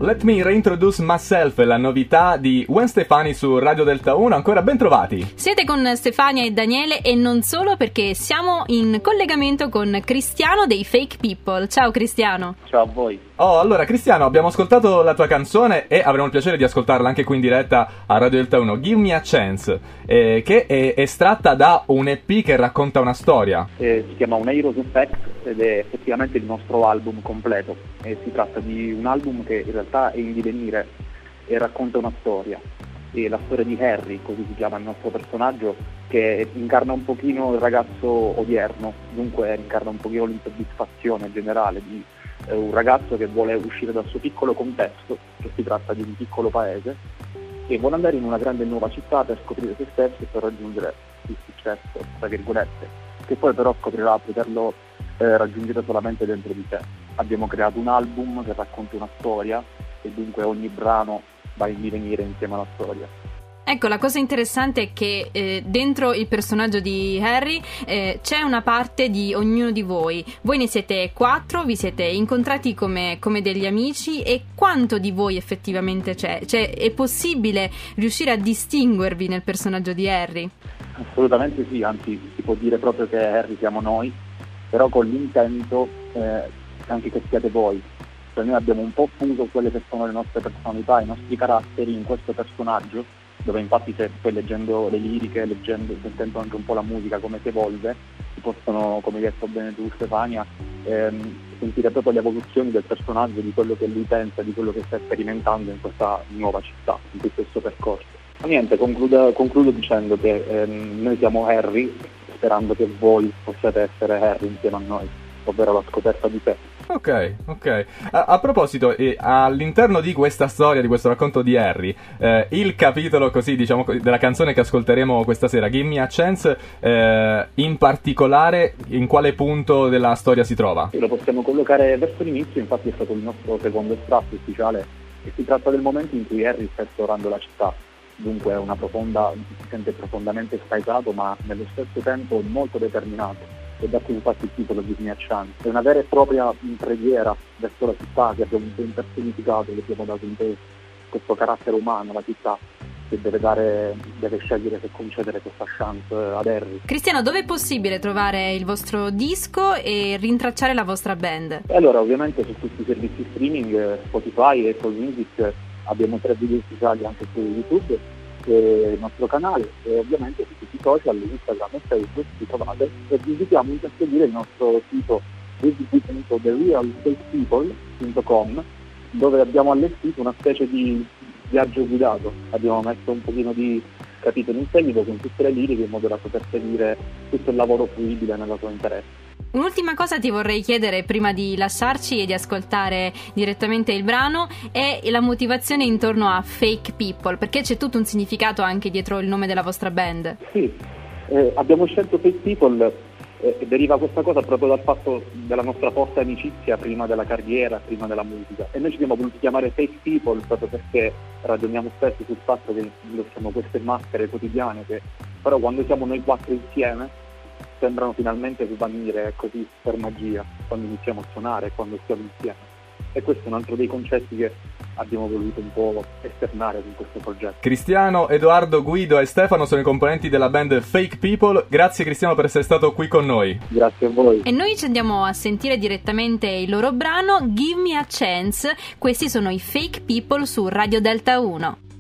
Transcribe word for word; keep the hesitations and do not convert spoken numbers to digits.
Let Me Reintroduce Myself, la novità di Gwen Stefani su Radio Delta uno. Ancora ben trovati. Siete con Stefania e Daniele, e non solo, perché siamo in collegamento con Cristiano dei Fake People. Ciao Cristiano. Ciao a voi. Oh, allora Cristiano, abbiamo ascoltato la tua canzone e avremo il piacere di ascoltarla anche qui in diretta a Radio Delta uno. Give Me a Chance, eh, che è estratta da un E P che racconta una storia. Eh, si chiama Una Heroes Effect ed è effettivamente il nostro album completo. Eh, si tratta di un album che in realtà è in divenire e racconta una storia. E la storia di Harry, così si chiama il nostro personaggio, che incarna un pochino il ragazzo odierno, dunque incarna un pochino l'insoddisfazione generale di eh, un ragazzo che vuole uscire dal suo piccolo contesto, che si tratta di un piccolo paese, e vuole andare in una grande nuova città per scoprire se stesso e per raggiungere il successo, tra virgolette, che poi però scoprirà poterlo eh, raggiungere solamente dentro di sé. Abbiamo creato un album che racconta una storia e dunque ogni brano va in divenire insieme alla storia. Ecco, la cosa interessante è che eh, dentro il personaggio di Harry eh, c'è una parte di ognuno di voi. Voi ne siete quattro, vi siete incontrati come, come degli amici, e quanto di voi effettivamente c'è? Cioè, è possibile riuscire a distinguervi nel personaggio di Harry? Assolutamente sì, anzi si può dire proprio che Harry siamo noi, però con l'intento eh, anche che siate voi. Cioè noi abbiamo un po' fuso quelle che sono le nostre personalità, i nostri caratteri in questo personaggio, dove infatti se poi leggendo le liriche, leggendo, sentendo anche un po' la musica come si evolve, si possono, come hai detto bene tu Stefania, ehm, sentire proprio le evoluzioni del personaggio, di quello che lui pensa, di quello che sta sperimentando in questa nuova città, in tutto il suo percorso. Ma niente, concludo, concludo dicendo che ehm, noi siamo Harry, sperando che voi possiate essere Harry insieme a noi, ovvero la scoperta di sé. Ok, ok. A, a proposito, eh, all'interno di questa storia, di questo racconto di Harry, eh, il capitolo, così diciamo, della canzone che ascolteremo questa sera, Give Me a Chance, eh, in particolare in quale punto della storia si trova? Lo possiamo collocare verso l'inizio, infatti è stato il nostro secondo estratto ufficiale, e si tratta del momento in cui Harry sta esplorando la città. Dunque è una profonda, si sente profondamente spaesato, ma nello stesso tempo molto determinato. E da qui infatti il titolo di Give Me a Chance. È una vera e propria preghiera verso la città, che abbiamo un po' impersonificato, che abbiamo dato in te questo carattere umano alla città, che deve dare, deve scegliere se concedere questa chance ad Harry. Cristiano, dove è possibile trovare il vostro disco e rintracciare la vostra band? E allora ovviamente su tutti i servizi streaming, Spotify e Apple Music, abbiamo tre video ufficiali anche su YouTube, il nostro canale, e ovviamente su tutti i social, Instagram e Facebook ci trovate, e vi invitiamo a seguire il nostro sito w w w punto the real fake people punto com, dove abbiamo allestito una specie di viaggio guidato. Abbiamo messo un pochino di capitoli in seguito con tutte le liriche, in modo da poter seguire tutto il lavoro fruibile nella tua interesse. Un'ultima cosa ti vorrei chiedere prima di lasciarci e di ascoltare direttamente il brano è la motivazione intorno a Fake People, perché c'è tutto un significato anche dietro il nome della vostra band. Sì, eh, abbiamo scelto Fake People eh, e deriva questa cosa proprio dal fatto della nostra forte amicizia prima della carriera, prima della musica, e noi ci siamo voluti chiamare Fake People proprio perché ragioniamo spesso sul fatto che indossiamo queste maschere quotidiane che però quando siamo noi quattro insieme sembrano finalmente svanire così per magia, quando iniziamo a suonare, quando stiamo insieme. E questo è un altro dei concetti che abbiamo voluto un po' esternare con questo progetto. Cristiano, Edoardo, Guido e Stefano sono i componenti della band Fake People. Grazie Cristiano per essere stato qui con noi. Grazie a voi. E noi ci andiamo a sentire direttamente il loro brano Give Me a Chance. Questi sono i Fake People su Radio Delta uno.